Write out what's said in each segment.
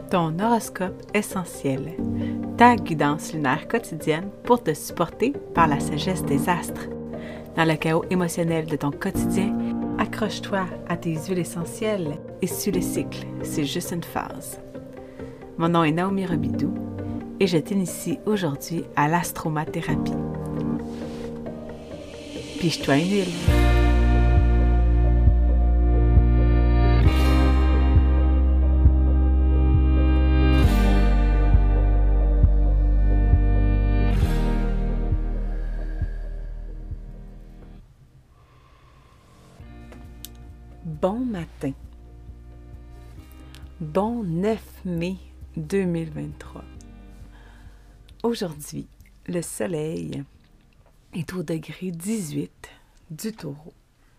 ton horoscope essentiel, ta guidance lunaire quotidienne pour te supporter par la sagesse des astres. Dans le chaos émotionnel de ton quotidien, accroche-toi à tes huiles essentielles et suis le cycle, c'est juste une phase. Mon nom est Naomi Robidoux et je t'initie aujourd'hui à l'astromathérapie. Piche-toi une huile. Bon matin. Bon 9 mai 2023. Aujourd'hui, le soleil est au degré 18 du Taureau.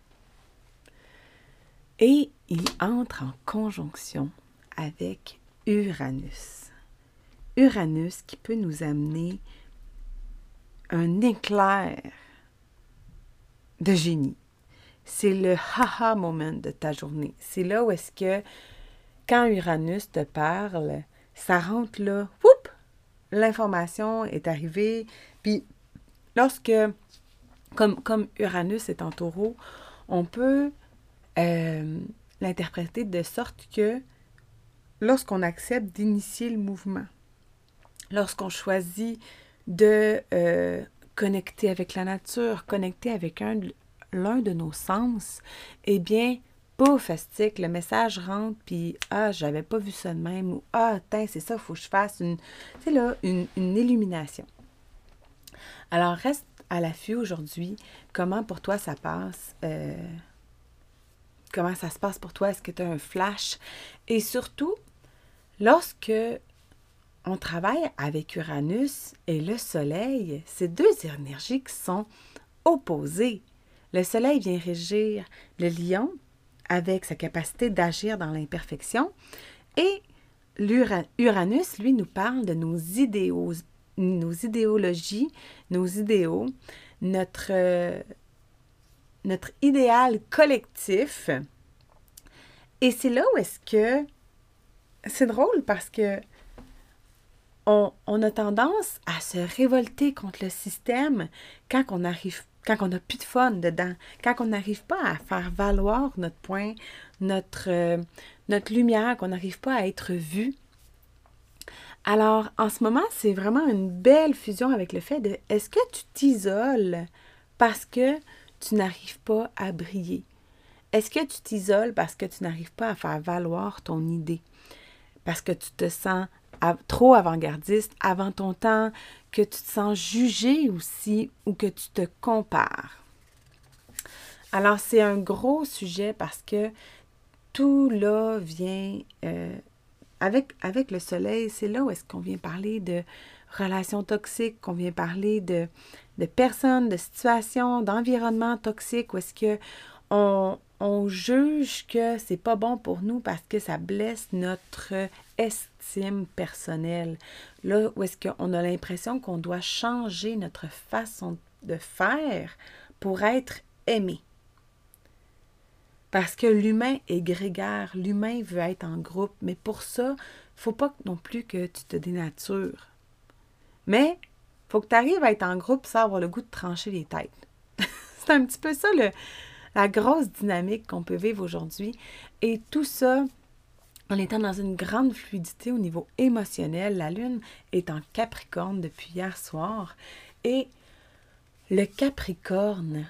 Et il entre en conjonction avec Uranus. Uranus qui peut nous amener un éclair de génie. C'est le haha moment de ta journée. C'est là où est-ce que, quand Uranus te parle, ça rentre là, whoop, l'information est arrivée. Puis, lorsque, comme Uranus est en Taureau, on peut l'interpréter de sorte que, lorsqu'on accepte d'initier le mouvement, lorsqu'on choisit de connecter avec la nature, connecter avec l'un de nos sens, eh bien, pouf, fastique, le message rentre, puis « Ah, j'avais pas vu ça de même » ou « Ah, tiens, c'est ça, il faut que je fasse une illumination. » Alors, reste à l'affût aujourd'hui. Comment pour toi ça passe? Comment ça se passe pour toi? Est-ce que tu as un flash? Et surtout, lorsque on travaille avec Uranus et le Soleil, ces deux énergies qui sont opposées. Le Soleil vient régir le Lion avec sa capacité d'agir dans l'imperfection et l'Uranus, lui, nous parle de nos idéaux, nos idéologies, nos idéaux, notre idéal collectif. Et c'est là où est-ce que c'est drôle parce que on a tendance à se révolter contre le système quand on n'a plus de fun dedans, quand on n'arrive pas à faire valoir notre point, notre lumière, qu'on n'arrive pas à être vu. Alors, en ce moment, c'est vraiment une belle fusion avec le fait de est-ce que tu t'isoles parce que tu n'arrives pas à briller? Est-ce que tu t'isoles parce que tu n'arrives pas à faire valoir ton idée? Parce que tu te sens trop avant-gardiste, avant ton temps, que tu te sens jugé aussi ou que tu te compares. Alors, c'est un gros sujet parce que tout là vient, avec le soleil, c'est là où est-ce qu'on vient parler de relations toxiques, qu'on vient parler de personnes, de situations, d'environnements toxiques, où est-ce que on juge que c'est pas bon pour nous parce que ça blesse notre estime personnelle. Là où est-ce qu'on a l'impression qu'on doit changer notre façon de faire pour être aimé. Parce que l'humain est grégaire, l'humain veut être en groupe, mais pour ça, il ne faut pas non plus que tu te dénatures. Mais il faut que tu arrives à être en groupe sans avoir le goût de trancher les têtes. C'est un petit peu ça la grosse dynamique qu'on peut vivre aujourd'hui. Et tout ça, en étant dans une grande fluidité au niveau émotionnel, la Lune est en Capricorne depuis hier soir. Et le Capricorne,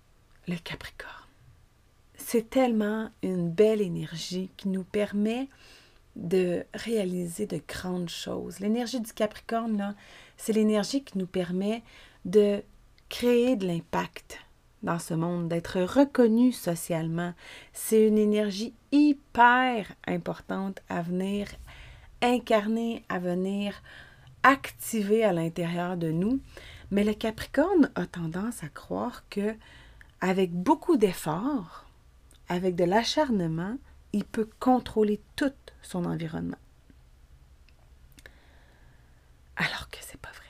c'est tellement une belle énergie qui nous permet de réaliser de grandes choses. L'énergie du Capricorne, là, c'est l'énergie qui nous permet de créer de l'impact dans ce monde, d'être reconnu socialement. C'est une énergie hyper importante à venir incarner, à venir activer à l'intérieur de nous. Mais le Capricorne a tendance à croire que avec beaucoup d'efforts, avec de l'acharnement, il peut contrôler tout son environnement. Alors que c'est pas vrai.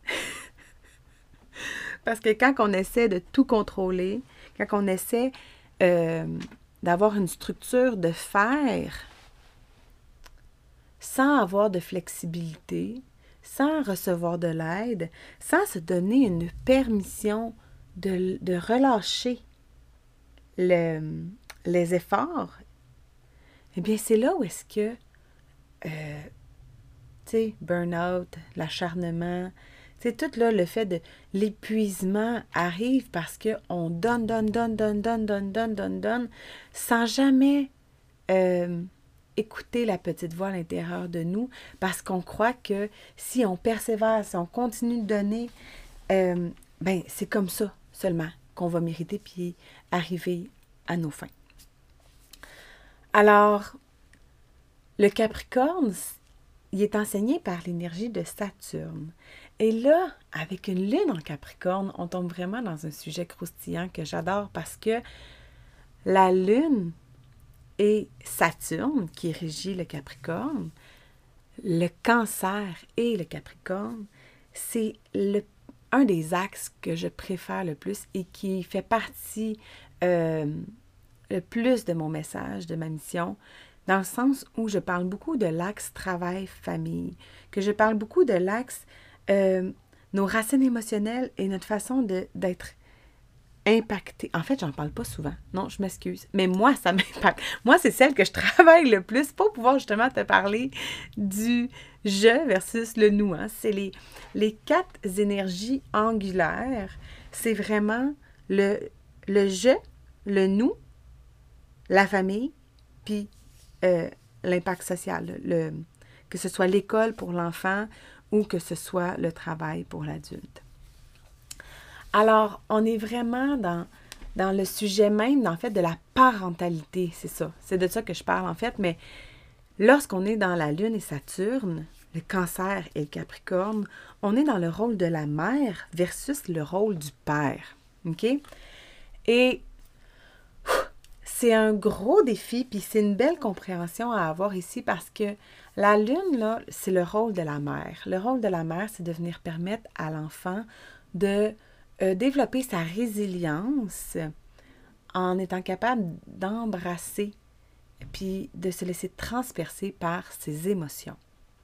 Parce que quand on essaie de tout contrôler, quand on essaie d'avoir une structure de faire, sans avoir de flexibilité, sans recevoir de l'aide, sans se donner une permission de relâcher les efforts, eh bien, c'est là où est-ce que, tu sais, burn-out, l'acharnement, c'est tout là, le fait de l'épuisement arrive parce qu'on donne, sans jamais écouter la petite voix à l'intérieur de nous, parce qu'on croit que si on persévère, si on continue de donner, ben c'est comme ça seulement qu'on va mériter puis arriver à nos fins. Alors, le Capricorne, il est enseigné par l'énergie de Saturne. Et là, avec une lune en Capricorne, on tombe vraiment dans un sujet croustillant que j'adore parce que la lune et Saturne, qui régit le Capricorne, le Cancer et le Capricorne, c'est un des axes que je préfère le plus et qui fait partie le plus de mon message, de ma mission, dans le sens où je parle beaucoup de l'axe travail-famille, que je parle beaucoup de l'axe nos racines émotionnelles et notre façon d'être impacté. En fait, j'en parle pas souvent. Non, je m'excuse. Mais moi, ça m'impacte. Moi, c'est celle que je travaille le plus pour pouvoir justement te parler du je versus le nous. Hein. C'est les 4 énergies angulaires. C'est vraiment le je, le nous, la famille, puis l'impact social. Que ce soit l'école pour l'enfant ou que ce soit le travail pour l'adulte. Alors, on est vraiment dans le sujet même, en fait, de la parentalité, c'est ça. C'est de ça que je parle, en fait, mais lorsqu'on est dans la Lune et Saturne, le Cancer et le Capricorne, on est dans le rôle de la mère versus le rôle du père, OK? Et c'est un gros défi, puis c'est une belle compréhension à avoir ici parce que la Lune, là, c'est le rôle de la mère. Le rôle de la mère, c'est de venir permettre à l'enfant de développer sa résilience en étant capable d'embrasser puis de se laisser transpercer par ses émotions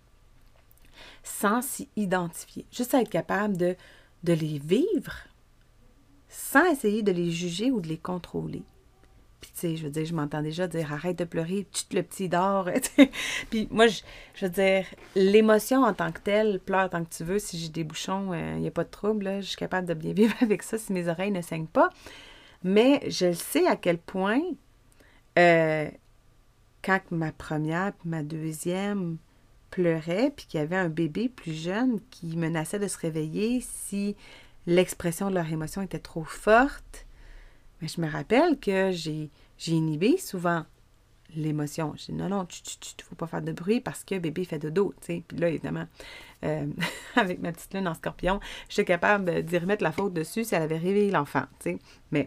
sans s'y identifier. Juste à être capable de les vivre sans essayer de les juger ou de les contrôler. Puis, tu sais, je veux dire, je m'entends déjà dire « Arrête de pleurer, chut, le petit dort. » Puis moi, je veux dire, l'émotion en tant que telle, pleure tant que tu veux. Si j'ai des bouchons, il n'y a pas de trouble. Là, je suis capable de bien vivre avec ça si mes oreilles ne saignent pas. Mais je sais à quel point, quand ma première puis ma deuxième pleuraient, puis qu'il y avait un bébé plus jeune qui menaçait de se réveiller si l'expression de leur émotion était trop forte, mais je me rappelle que j'ai inhibé souvent l'émotion. Je dis non, il faut pas faire de bruit parce que bébé fait dodo, tu sais. Puis là, évidemment, avec ma petite lune en scorpion, j'étais capable d'y remettre la faute dessus si elle avait réveillé l'enfant, tu sais. Mais,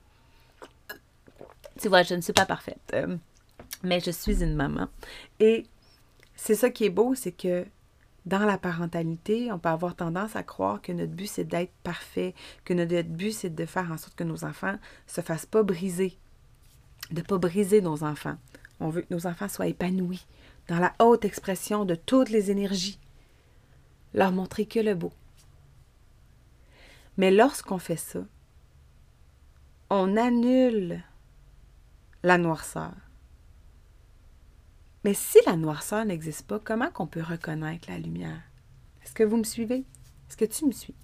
tu vois, je ne suis pas parfaite. Mais je suis une maman. Et c'est ça qui est beau, c'est que dans la parentalité, on peut avoir tendance à croire que notre but, c'est d'être parfait, que notre but, c'est de faire en sorte que nos enfants ne se fassent pas briser, de ne pas briser nos enfants. On veut que nos enfants soient épanouis dans la haute expression de toutes les énergies, leur montrer que le beau. Mais lorsqu'on fait ça, on annule la noirceur. Mais si la noirceur n'existe pas, comment qu'on peut reconnaître la lumière? Est-ce que vous me suivez? Est-ce que tu me suis?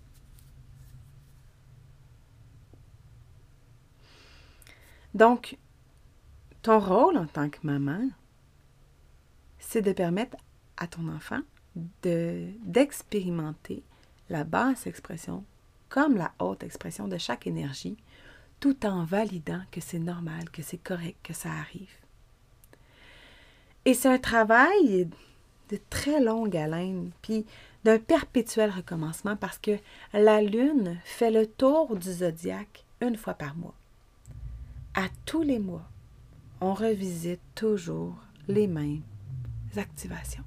Donc, ton rôle en tant que maman, c'est de permettre à ton enfant d'expérimenter la basse expression comme la haute expression de chaque énergie, tout en validant que c'est normal, que c'est correct, que ça arrive. Et c'est un travail de très longue haleine, puis d'un perpétuel recommencement parce que la Lune fait le tour du zodiaque une fois par mois. À tous les mois, on revisite toujours les mêmes activations.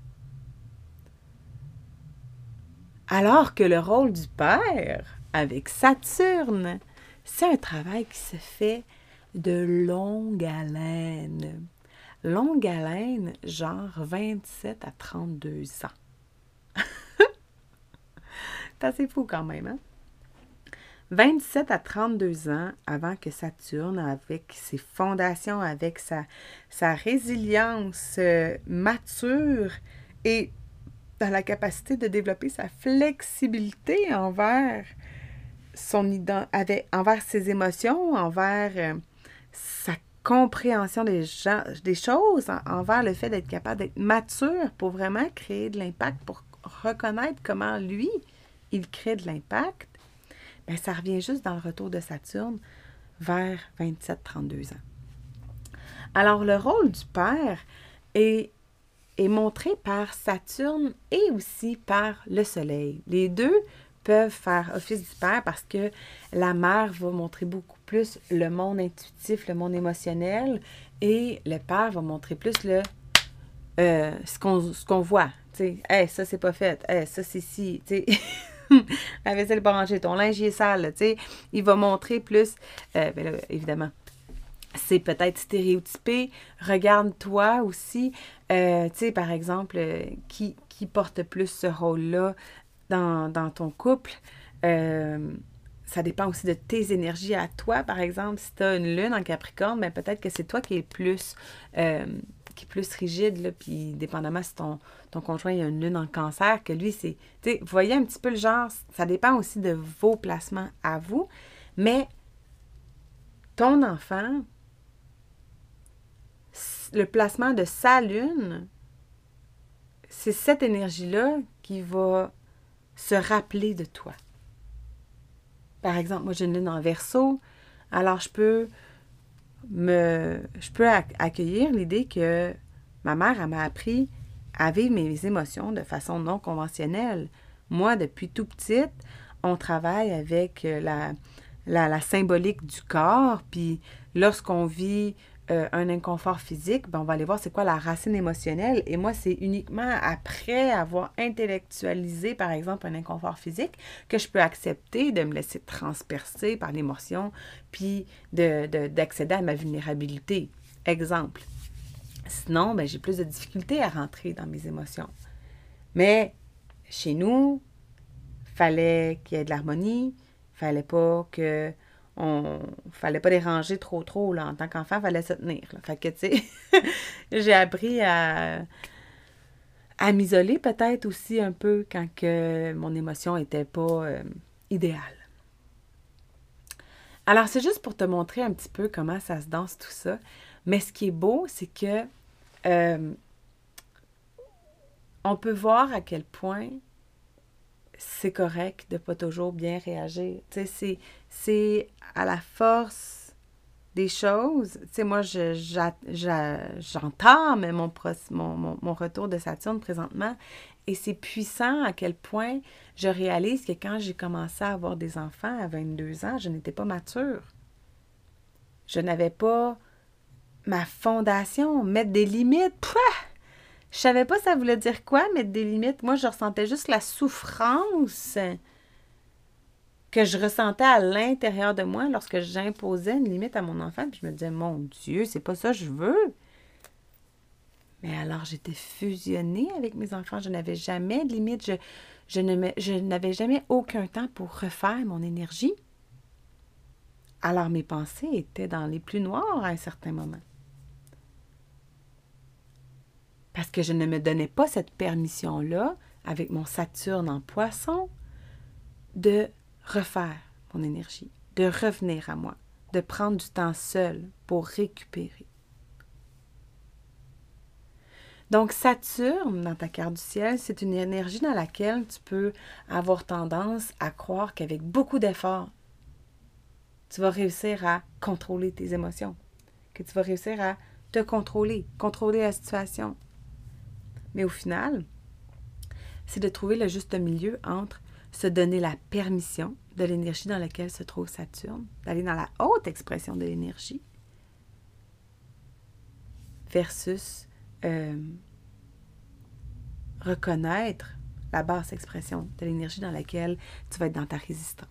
Alors que le rôle du père, avec Saturne, c'est un travail qui se fait de longue haleine. longue haleine, genre 27 à 32 ans. C'est assez fou quand même, hein? 27 à 32 ans avant que Saturne, avec ses fondations, avec sa résilience mature et dans la capacité de développer sa flexibilité envers envers ses émotions, envers sa compréhension des choses, envers le fait d'être capable d'être mature pour vraiment créer de l'impact, pour reconnaître comment lui, il crée de l'impact, bien, ça revient juste dans le retour de Saturne vers 27-32 ans. Alors, le rôle du père est montré par Saturne et aussi par le Soleil. Les deux peuvent faire office du père parce que la mère va montrer beaucoup plus le monde intuitif, le monde émotionnel, et le père va montrer plus ce qu'on voit. Tu sais, hey, ça c'est pas fait, hey, ça c'est si, tu sais. La vaisselle n'est pas rangée, ton linge est sale, tu sais. Il va montrer plus, ben là, évidemment, c'est peut-être stéréotypé. Regarde-toi aussi, tu sais, par exemple, qui porte plus ce rôle-là dans ton couple. Ça dépend aussi de tes énergies à toi. Par exemple, si tu as une lune en Capricorne, ben peut-être que c'est toi qui est plus rigide, là, puis dépendamment si ton conjoint a une lune en Cancer, que lui, c'est... Tu sais, vous voyez un petit peu le genre, ça dépend aussi de vos placements à vous, mais ton enfant, le placement de sa lune, c'est cette énergie-là qui va se rappeler de toi. Par exemple, moi, j'ai une lune en Verseau, alors je peux accueillir l'idée que ma mère, elle m'a appris à vivre mes émotions de façon non conventionnelle. Moi, depuis tout petite, on travaille avec la symbolique du corps, puis lorsqu'on vit un inconfort physique, ben on va aller voir c'est quoi la racine émotionnelle. Et moi, c'est uniquement après avoir intellectualisé, par exemple, un inconfort physique que je peux accepter de me laisser transpercer par l'émotion, puis d'accéder à ma vulnérabilité. Exemple. Sinon, ben, j'ai plus de difficultés à rentrer dans mes émotions. Mais chez nous, fallait qu'il y ait de l'harmonie, fallait pas déranger trop, là. En tant qu'enfant, il fallait se tenir, là. Fait que, tu sais, j'ai appris à m'isoler peut-être aussi un peu quand que mon émotion était pas idéale. Alors, c'est juste pour te montrer un petit peu comment ça se danse tout ça. Mais ce qui est beau, c'est que on peut voir à quel point c'est correct de pas toujours bien réagir. Tu sais, c'est à la force des choses. Tu sais, moi, j'entame mon retour de Saturne présentement, et c'est puissant à quel point je réalise que quand j'ai commencé à avoir des enfants à 22 ans, je n'étais pas mature. Je n'avais pas ma fondation, mettre des limites. Pouah! Je savais pas ça voulait dire quoi, mettre des limites. Moi, je ressentais juste la souffrance que je ressentais à l'intérieur de moi lorsque j'imposais une limite à mon enfant. Puis je me disais, mon Dieu, c'est pas ça que je veux. Mais alors, j'étais fusionnée avec mes enfants. Je n'avais jamais de limite. Je n'avais jamais aucun temps pour refaire mon énergie. Alors, mes pensées étaient dans les plus noirs à un certain moment. Parce que je ne me donnais pas cette permission-là, avec mon Saturne en Poisson, de refaire mon énergie, de revenir à moi, de prendre du temps seul pour récupérer. Donc, Saturne, dans ta carte du ciel, c'est une énergie dans laquelle tu peux avoir tendance à croire qu'avec beaucoup d'efforts, tu vas réussir à contrôler tes émotions, que tu vas réussir à te contrôler la situation. Mais au final, c'est de trouver le juste milieu entre se donner la permission de l'énergie dans laquelle se trouve Saturne, d'aller dans la haute expression de l'énergie, versus reconnaître la basse expression de l'énergie dans laquelle tu vas être dans ta résistance.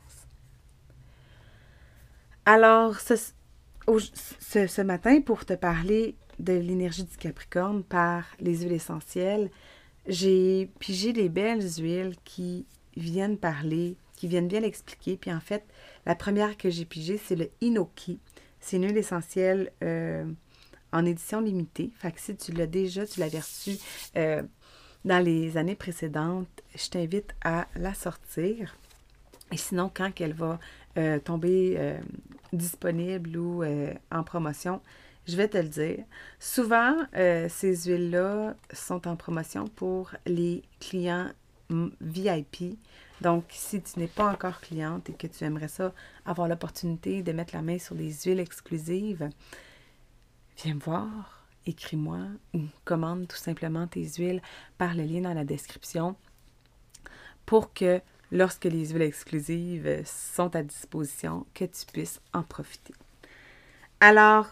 Alors, ce matin, pour te parler de l'énergie du Capricorne par les huiles essentielles, j'ai pigé des belles huiles qui viennent parler, qui viennent bien l'expliquer. Puis en fait, la première que j'ai pigée, c'est le Hinoki. C'est une huile essentielle en édition limitée. Fait que si tu l'as déjà, tu l'avais reçue dans les années précédentes, je t'invite à la sortir. Et sinon, quand elle va tomber disponible ou en promotion, je vais te le dire. Souvent, ces huiles-là sont en promotion pour les clients VIP. Donc, si tu n'es pas encore cliente et que tu aimerais ça, avoir l'opportunité de mettre la main sur des huiles exclusives, viens me voir, écris-moi ou commande tout simplement tes huiles par le lien dans la description pour que lorsque les huiles exclusives sont à disposition, que tu puisses en profiter. Alors,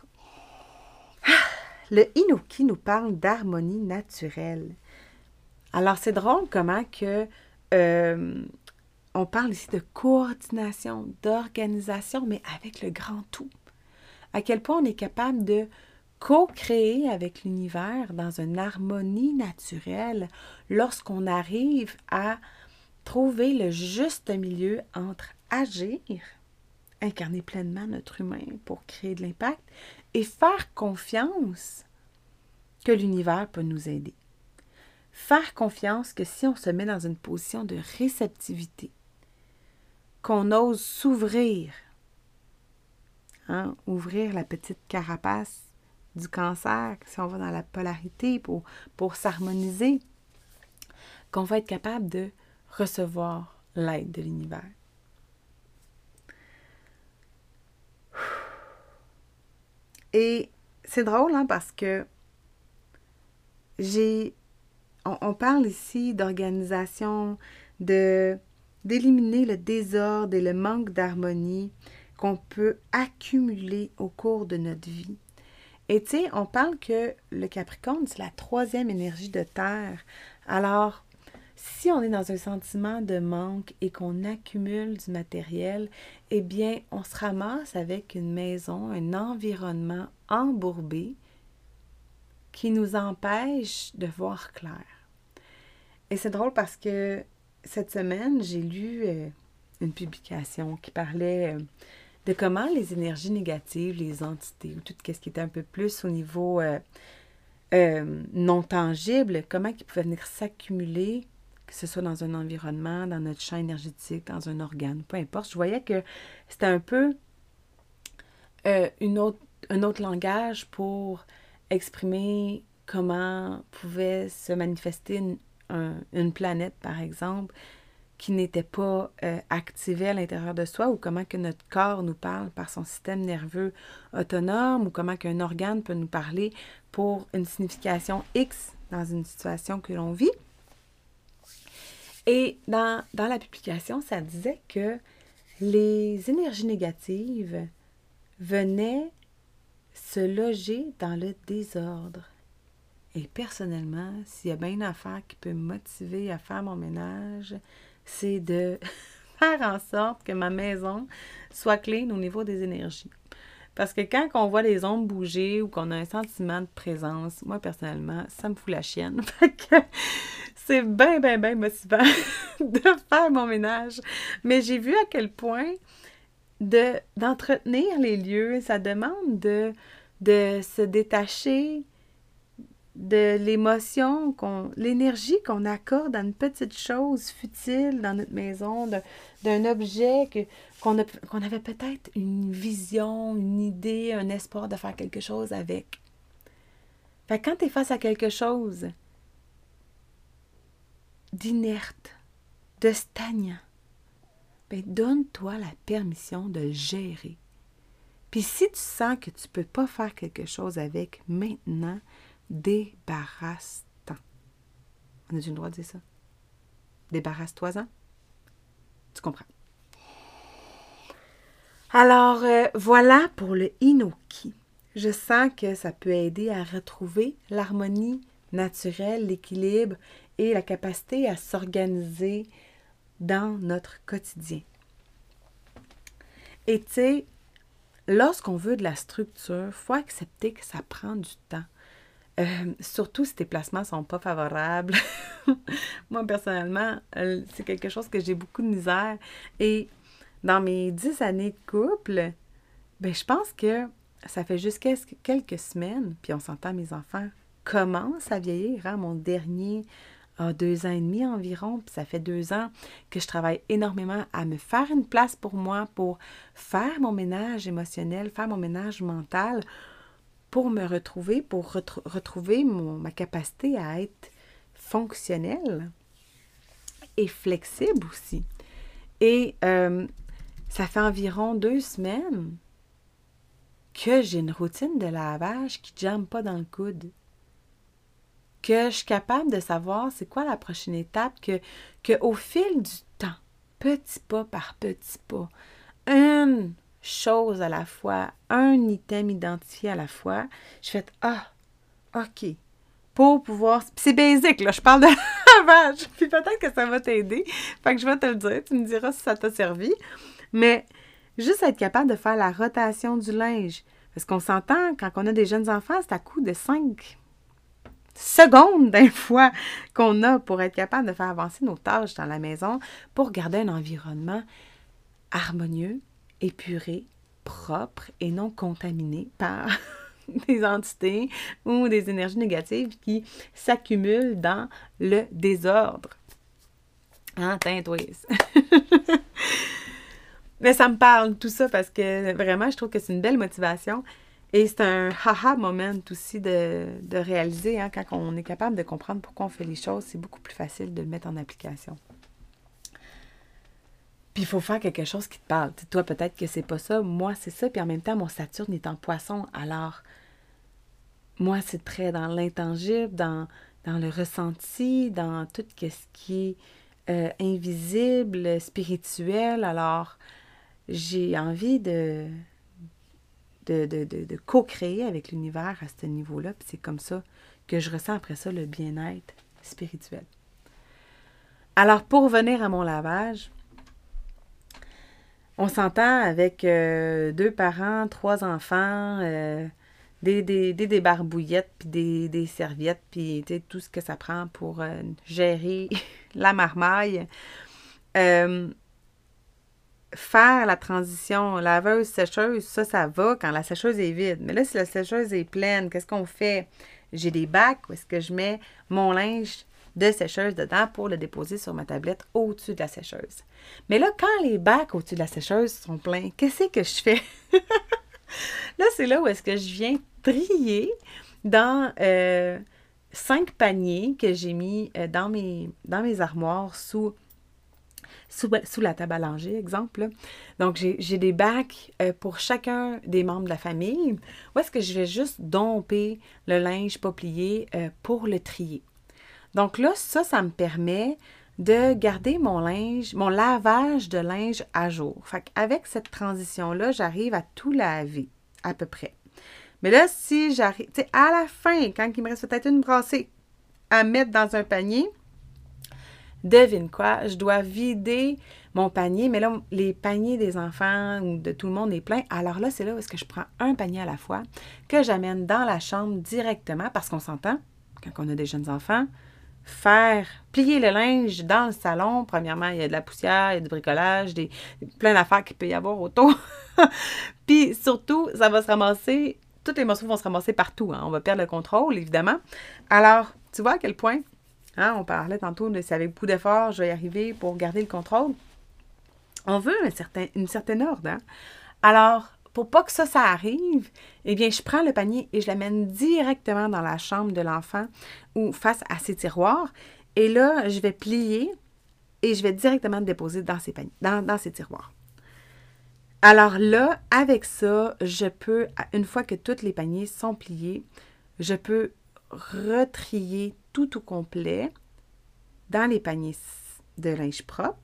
le Hinoki nous parle d'harmonie naturelle. Alors, c'est drôle comment que on parle ici de coordination, d'organisation, mais avec le grand tout. À quel point on est capable de co-créer avec l'univers dans une harmonie naturelle lorsqu'on arrive à trouver le juste milieu entre agir, incarner pleinement notre humain pour créer de l'impact et faire confiance que l'univers peut nous aider. Faire confiance que si on se met dans une position de réceptivité, qu'on ose s'ouvrir, ouvrir la petite carapace du cancer, si on va dans la polarité pour s'harmoniser, qu'on va être capable de recevoir l'aide de l'univers. Et c'est drôle parce que on parle ici d'organisation, d'éliminer le désordre et le manque d'harmonie qu'on peut accumuler au cours de notre vie. Et tu sais, on parle que le Capricorne, c'est la 3e énergie de terre. Alors, si on est dans un sentiment de manque et qu'on accumule du matériel, eh bien, on se ramasse avec une maison, un environnement embourbé qui nous empêche de voir clair. Et c'est drôle parce que cette semaine, j'ai lu une publication qui parlait de comment les énergies négatives, les entités, ou tout ce qui était un peu plus au niveau non tangible, comment ils pouvaient venir s'accumuler, que ce soit dans un environnement, dans notre champ énergétique, dans un organe, peu importe. Je voyais que c'était un peu un autre langage pour exprimer comment pouvait se manifester une planète, par exemple, qui n'était pas activée à l'intérieur de soi, ou comment que notre corps nous parle par son système nerveux autonome, ou comment qu'un organe peut nous parler pour une signification X dans une situation que l'on vit. Et dans la publication, ça disait que les énergies négatives venaient se loger dans le désordre. Et personnellement, s'il y a bien une affaire qui peut me motiver à faire mon ménage, c'est de faire en sorte que ma maison soit clean au niveau des énergies. Parce que quand on voit les ombres bouger ou qu'on a un sentiment de présence, moi, personnellement, ça me fout la chienne. Fait que c'est bien motivant de faire mon ménage. Mais j'ai vu à quel point d'entretenir les lieux, ça demande de se détacher de l'émotion, l'énergie qu'on accorde à une petite chose futile dans notre maison, d'un objet qu'on avait peut-être une vision, une idée, un espoir de faire quelque chose avec. Fait que quand tu es face à quelque chose d'inerte, de stagnant, ben donne-toi la permission de le gérer. Puis si tu sens que tu ne peux pas faire quelque chose avec maintenant, débarrasse-t'en. On a-tu le droit de dire ça? Débarrasse-toi-en. Tu comprends? Alors, voilà pour le Hinoki. Je sens que ça peut aider à retrouver l'harmonie naturelle, l'équilibre et la capacité à s'organiser dans notre quotidien. Et tu sais, lorsqu'on veut de la structure, il faut accepter que ça prend du temps. Surtout si tes placements sont pas favorables. Moi, personnellement, c'est quelque chose que j'ai beaucoup de misère. Et dans mes 10 années de couple, ben, je pense que ça fait juste quelques semaines, puis on s'entend, mes enfants commencent à vieillir. Hein? Mon dernier a 2 ans et demi environ, puis ça fait 2 ans que je travaille énormément à me faire une place pour moi, pour faire mon ménage émotionnel, faire mon ménage mental, pour me retrouver, pour retrouver ma capacité à être fonctionnelle et flexible aussi. Et ça fait environ 2 semaines que j'ai une routine de lavage qui ne jamme pas dans le coude. Que je suis capable de savoir c'est quoi la prochaine étape, que au fil du temps, petit pas par petit pas, une chose à la fois, un item identifié à la fois, je fais « Ah, OK ». Pour pouvoir... C'est basique, là, je parle de lavage. Puis peut-être que ça va t'aider. Fait que je vais te le dire, tu me diras si ça t'a servi. Mais juste être capable de faire la rotation du linge. Parce qu'on s'entend, quand on a des jeunes enfants, c'est à coup de 5 secondes d'un fois qu'on a pour être capable de faire avancer nos tâches dans la maison pour garder un environnement harmonieux, épuré, propre et non contaminé par des entités ou des énergies négatives qui s'accumulent dans le désordre. Hein, t'intuises. Mais ça me parle tout ça parce que vraiment, je trouve que c'est une belle motivation. Et c'est un haha moment aussi de réaliser, hein, quand on est capable de comprendre pourquoi on fait les choses, c'est beaucoup plus facile de le mettre en application. Puis il faut faire quelque chose qui te parle. T'sais, toi, peut-être que c'est pas ça. Moi, c'est ça. Puis en même temps, mon Saturne est en Poisson. Alors, moi, c'est très dans l'intangible, dans le ressenti, dans tout ce qui est invisible, spirituel. Alors, j'ai envie de co-créer avec l'univers à ce niveau-là. Puis c'est comme ça que je ressens après ça le bien-être spirituel. Alors, pour revenir à mon lavage, on s'entend avec 2 parents, 3 enfants, des débarbouillettes, puis des serviettes, puis tout ce que ça prend pour gérer la marmaille. Faire la transition laveuse-sécheuse, ça va quand la sécheuse est vide. Mais là, si la sécheuse est pleine, qu'est-ce qu'on fait? J'ai des bacs où est-ce que je mets mon linge de sécheuse dedans pour le déposer sur ma tablette au-dessus de la sécheuse. Mais là, quand les bacs au-dessus de la sécheuse sont pleins, qu'est-ce que je fais? Là, c'est là où est-ce que je viens trier dans 5 paniers que j'ai mis dans mes armoires sous la table à langer, exemple. Là. Donc, j'ai des bacs pour chacun des membres de la famille où est-ce que je vais juste domper le linge pas plié pour le trier. Donc là, ça me permet de garder mon lavage de linge à jour. Fait qu'avec cette transition-là, j'arrive à tout laver, à peu près. Mais là, si j'arrive, tu sais, à la fin, quand il me reste peut-être une brassée à mettre dans un panier, devine quoi, je dois vider mon panier, mais là, les paniers des enfants ou de tout le monde est plein. Alors là, c'est là où est-ce que je prends un panier à la fois, que j'amène dans la chambre directement, parce qu'on s'entend, quand on a des jeunes enfants, faire plier le linge dans le salon. Premièrement, il y a de la poussière, il y a du bricolage, plein d'affaires qu'il peut y avoir autour. Puis surtout, ça va se ramasser, tous les morceaux vont se ramasser partout. Hein. On va perdre le contrôle, évidemment. Alors, tu vois à quel point, hein, on parlait tantôt de si avec beaucoup d'efforts, je vais y arriver pour garder le contrôle. On veut une certaine ordre. Hein. Alors, pour pas que ça arrive, eh bien, je prends le panier et je l'amène directement dans la chambre de l'enfant ou face à ses tiroirs. Et là, je vais plier et je vais directement le déposer dans ses paniers, dans ses tiroirs. Alors là, avec ça, je peux, une fois que tous les paniers sont pliés, je peux retrier tout au complet dans les paniers de linge propre.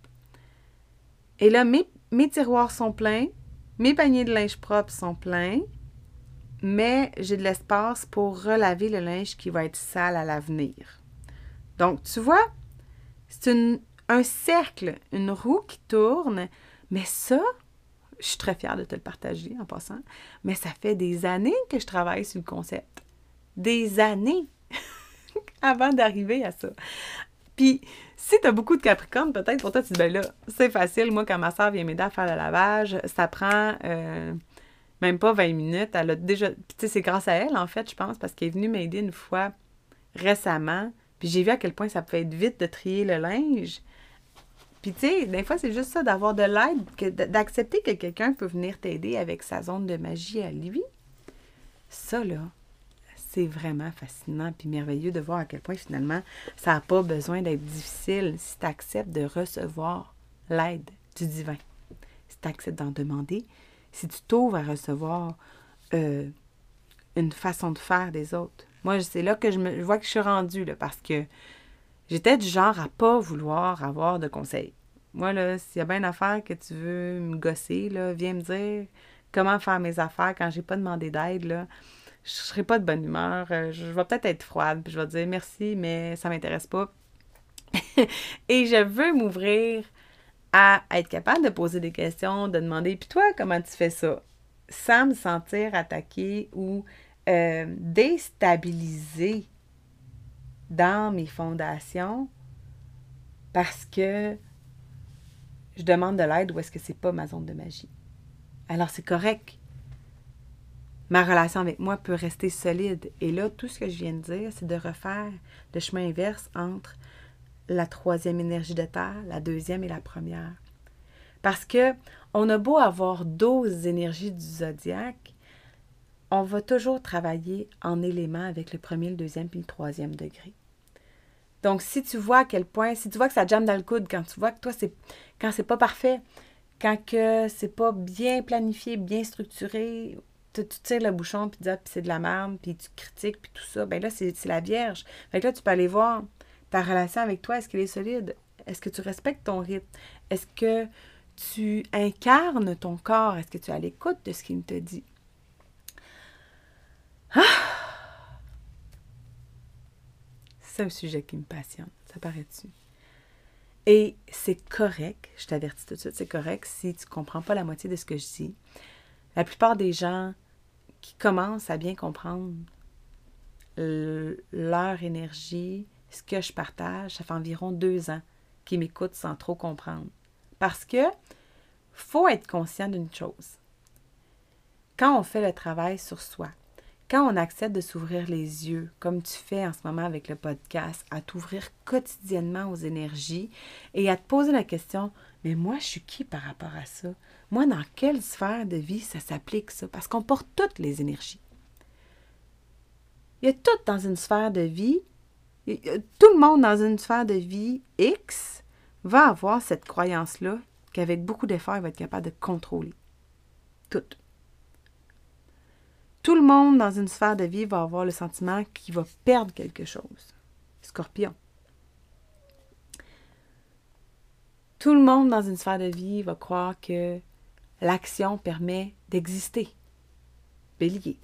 Et là, mes tiroirs sont pleins. Mes paniers de linge propre sont pleins, mais j'ai de l'espace pour relaver le linge qui va être sale à l'avenir. Donc, tu vois, c'est un cercle, une roue qui tourne, mais ça, je suis très fière de te le partager en passant, mais ça fait des années que je travaille sur le concept des années avant d'arriver à ça. Puis, si tu as beaucoup de Capricorne, peut-être pour toi, tu dis, ben là, c'est facile. Moi, quand ma soeur vient m'aider à faire le lavage, ça prend même pas 20 minutes. Elle a déjà... Puis, tu sais, c'est grâce à elle, en fait, je pense, parce qu'elle est venue m'aider une fois récemment. Puis, j'ai vu à quel point ça pouvait être vite de trier le linge. Puis, tu sais, des fois, c'est juste ça, d'avoir de l'aide, d'accepter que quelqu'un peut venir t'aider avec sa zone de magie à lui. Ça, là, c'est vraiment fascinant puis merveilleux de voir à quel point, finalement, ça n'a pas besoin d'être difficile si tu acceptes de recevoir l'aide du divin. Si tu acceptes d'en demander, si tu t'ouvres à recevoir une façon de faire des autres. Moi, c'est là que je vois que je suis rendue, là, parce que j'étais du genre à pas vouloir avoir de conseils. Moi, là, s'il y a bien une affaire que tu veux me gosser, là, viens me dire comment faire mes affaires quand j'ai pas demandé d'aide, là. Je serai pas de bonne humeur. Je vais peut-être être froide, puis je vais dire merci, mais ça m'intéresse pas. Et je veux m'ouvrir à être capable de poser des questions, de demander, puis toi, comment tu fais ça? Sans me sentir attaquée ou déstabilisée dans mes fondations parce que je demande de l'aide ou est-ce que c'est pas ma zone de magie. Alors c'est correct. Ma relation avec moi peut rester solide. Et là, tout ce que je viens de dire, c'est de refaire le chemin inverse entre la troisième énergie de terre, la deuxième et la première. Parce que on a beau avoir 12 énergies du zodiaque, on va toujours travailler en éléments avec le premier, le deuxième puis le troisième degré. Donc, si tu vois à quel point, si tu vois que ça jamme dans le coude, quand tu vois que toi, quand c'est pas parfait, quand que c'est pas bien planifié, bien structuré, tu tires le bouchon, puis tu dis, puis c'est de la merde, puis tu critiques, puis tout ça, ben là, c'est la Vierge. Fait que là, tu peux aller voir ta relation avec toi, est-ce qu'elle est solide? Est-ce que tu respectes ton rythme? Est-ce que tu incarnes ton corps? Est-ce que tu es à l'écoute de ce qu'il te dit? C'est un sujet qui me passionne, ça paraît-tu? Et c'est correct, je t'avertis tout de suite, c'est correct si tu ne comprends pas la moitié de ce que je dis. La plupart des gens qui commencent à bien comprendre leur énergie, ce que je partage, ça fait environ 2 ans qu'ils m'écoutent sans trop comprendre. Parce que faut être conscient d'une chose. Quand on fait le travail sur soi, quand on accepte de s'ouvrir les yeux, comme tu fais en ce moment avec le podcast, à t'ouvrir quotidiennement aux énergies et à te poser la question, mais moi, je suis qui par rapport à ça? Moi, dans quelle sphère de vie ça s'applique ça? Parce qu'on porte toutes les énergies. Il y a tout dans une sphère de vie, tout le monde dans une sphère de vie X va avoir cette croyance-là qu'avec beaucoup d'efforts, il va être capable de contrôler. Toutes. Tout le monde dans une sphère de vie va avoir le sentiment qu'il va perdre quelque chose. Scorpion. Tout le monde dans une sphère de vie va croire que l'action permet d'exister. Bélier.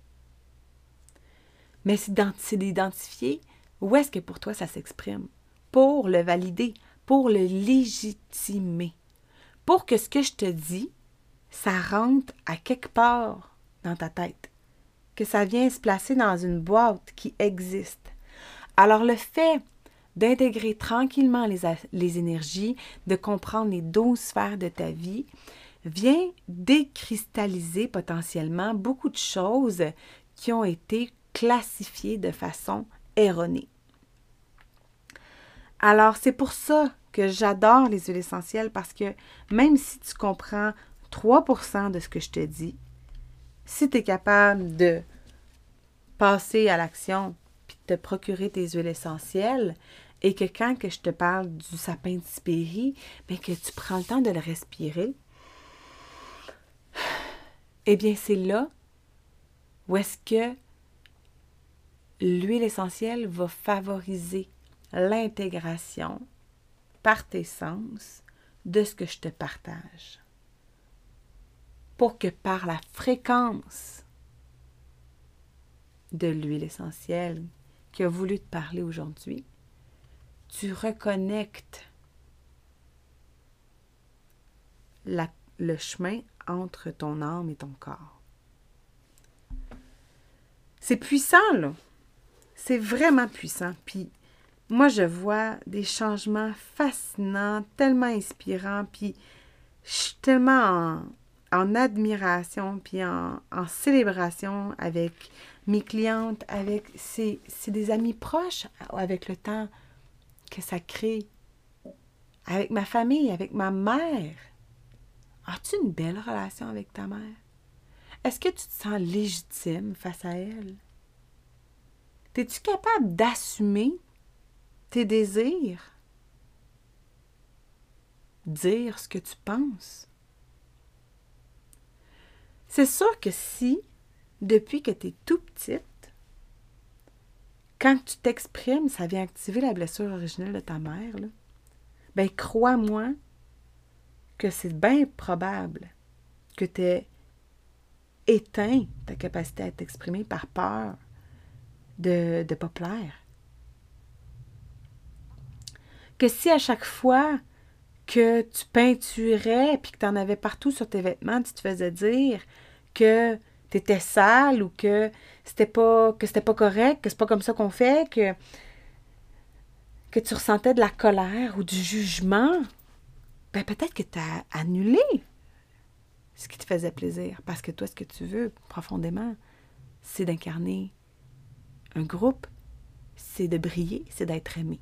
Mais c'est d'identifier où est-ce que pour toi ça s'exprime. Pour le valider, pour le légitimer. Pour que ce que je te dis, ça rentre à quelque part dans ta tête. Que ça vient se placer dans une boîte qui existe. Alors le fait d'intégrer tranquillement les énergies, de comprendre les 12 sphères de ta vie, vient décristalliser potentiellement beaucoup de choses qui ont été classifiées de façon erronée. Alors c'est pour ça que j'adore les huiles essentielles parce que même si tu comprends 3% de ce que je te dis, si tu es capable de passer à l'action puis de te procurer tes huiles essentielles et que quand que je te parle du sapin de Sibérie, bien que tu prends le temps de le respirer, eh bien c'est là où est-ce que l'huile essentielle va favoriser l'intégration par tes sens de ce que je te partage. Pour que par la fréquence de l'huile essentielle qui a voulu te parler aujourd'hui, tu reconnectes le chemin entre ton âme et ton corps. C'est puissant, là. C'est vraiment puissant. Puis moi, je vois des changements fascinants, tellement inspirants, puis je suis tellement en admiration, puis en célébration avec mes clientes, c'est des amis proches avec le temps que ça crée, avec ma famille, avec ma mère. As-tu une belle relation avec ta mère? Est-ce que tu te sens légitime face à elle? Es-tu capable d'assumer tes désirs? Dire ce que tu penses? C'est sûr que si, depuis que tu es tout petite, quand tu t'exprimes, ça vient activer la blessure originelle de ta mère, là, ben crois-moi que c'est bien probable que tu aies éteint ta capacité à t'exprimer par peur de ne pas plaire. Que si à chaque fois que tu peinturais puis que tu en avais partout sur tes vêtements, tu te faisais dire que tu étais sale ou que c'était pas correct, que c'est pas comme ça qu'on fait, que tu ressentais de la colère ou du jugement, ben peut-être que tu as annulé ce qui te faisait plaisir. Parce que toi, ce que tu veux profondément, c'est d'incarner un groupe, c'est de briller, c'est d'être aimé.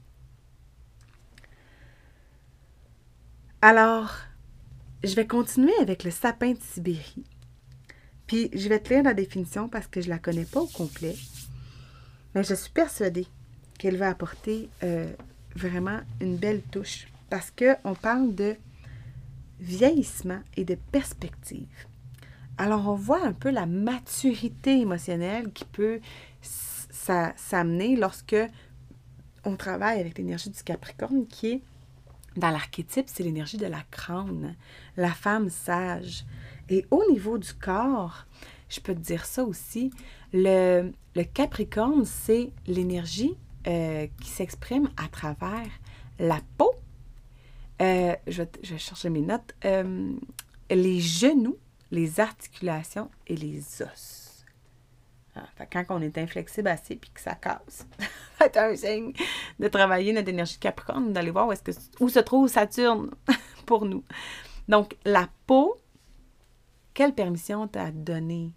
Alors, je vais continuer avec le sapin de Sibérie. Puis, je vais te lire la définition parce que je ne la connais pas au complet. Mais je suis persuadée qu'elle va apporter vraiment une belle touche. Parce qu'on parle de vieillissement et de perspective. Alors, on voit un peu la maturité émotionnelle qui peut s'amener lorsque on travaille avec l'énergie du Capricorne qui est, dans l'archétype, c'est l'énergie de la crâne, la femme sage. Et au niveau du corps, je peux te dire ça aussi, le Capricorne, c'est l'énergie qui s'exprime à travers la peau. Je vais chercher mes notes. Les genoux, les articulations et les os. Fait quand on est inflexible assez puis que ça casse, c'est un signe de travailler notre énergie de Capricorne, d'aller voir où se trouve Saturne pour nous. Donc, la peau, quelle permission t'as donné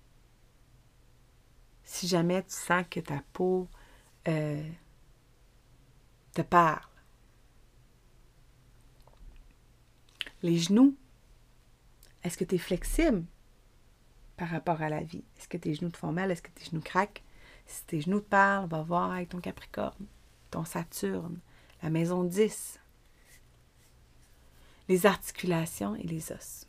si jamais tu sens que ta peau te parle? Les genoux, est-ce que tu es flexible par rapport à la vie? Est-ce que tes genoux te font mal? Est-ce que tes genoux craquent? Si tes genoux te parlent, va voir avec ton Capricorne, ton Saturne, la maison 10, les articulations et les os.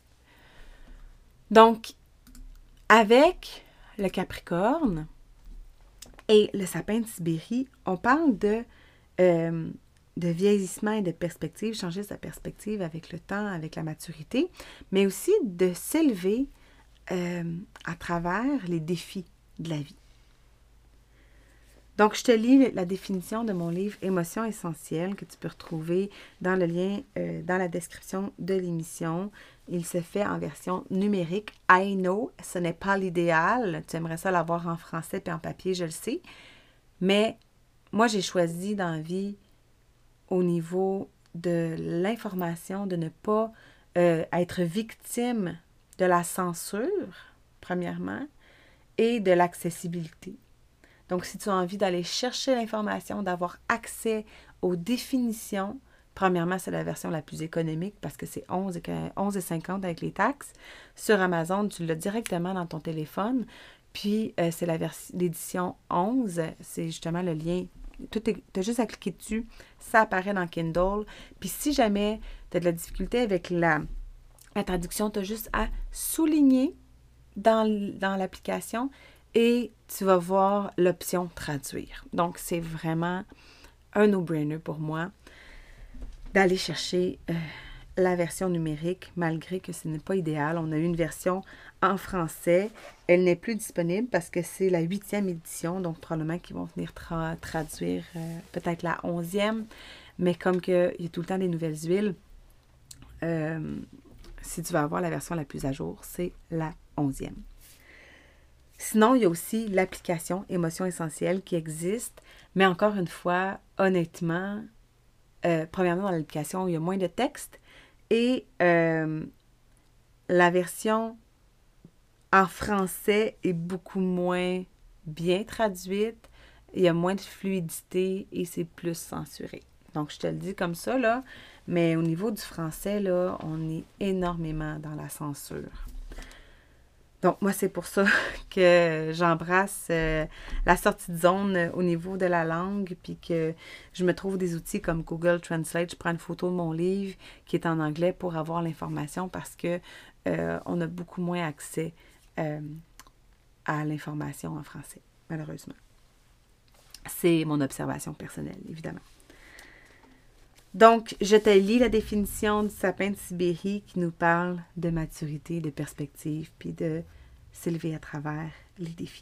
Donc, avec le Capricorne et le sapin de Sibérie, on parle de vieillissement et de perspective, changer sa perspective avec le temps, avec la maturité, mais aussi de s'élever à travers les défis de la vie. Donc, je te lis la définition de mon livre « Émotions essentielles » que tu peux retrouver dans le lien dans la description de l'émission. Il se fait en version numérique. I know, ce n'est pas l'idéal. Tu aimerais ça l'avoir en français puis en papier, je le sais. Mais moi, j'ai choisi dans la vie, au niveau de l'information, de ne pas être victime de la censure, premièrement, et de l'accessibilité. Donc, si tu as envie d'aller chercher l'information, d'avoir accès aux définitions, premièrement, c'est la version la plus économique parce que c'est 11,50 avec les taxes. Sur Amazon, tu l'as directement dans ton téléphone. Puis, c'est l'édition 11. C'est justement le lien. Tu as juste à cliquer dessus. Ça apparaît dans Kindle. Puis, si jamais tu as de la difficulté avec la traduction, tu as juste à souligner dans l'application et tu vas voir l'option traduire. Donc, c'est vraiment un no-brainer pour moi d'aller chercher la version numérique, malgré que ce n'est pas idéal. On a eu une version en français. Elle n'est plus disponible parce que c'est la 8e édition, donc probablement qu'ils vont venir traduire peut-être la 11e. Mais comme il y a tout le temps des nouvelles huiles, si tu vas avoir la version la plus à jour, c'est la 11e. Sinon, il y a aussi l'application Émotions essentielles qui existe, mais encore une fois, honnêtement, premièrement, dans l'application, il y a moins de texte et la version en français est beaucoup moins bien traduite, il y a moins de fluidité et c'est plus censuré. Donc, je te le dis comme ça, là, mais au niveau du français, là, on est énormément dans la censure. Donc, moi, c'est pour ça que j'embrasse la sortie de zone au niveau de la langue, puis que je me trouve des outils comme Google Translate. Je prends une photo de mon livre qui est en anglais pour avoir l'information parce que on a beaucoup moins accès à l'information en français, malheureusement. C'est mon observation personnelle, évidemment. Donc, je te lis la définition du sapin de Sibérie qui nous parle de maturité, de perspective, puis de s'élever à travers les défis.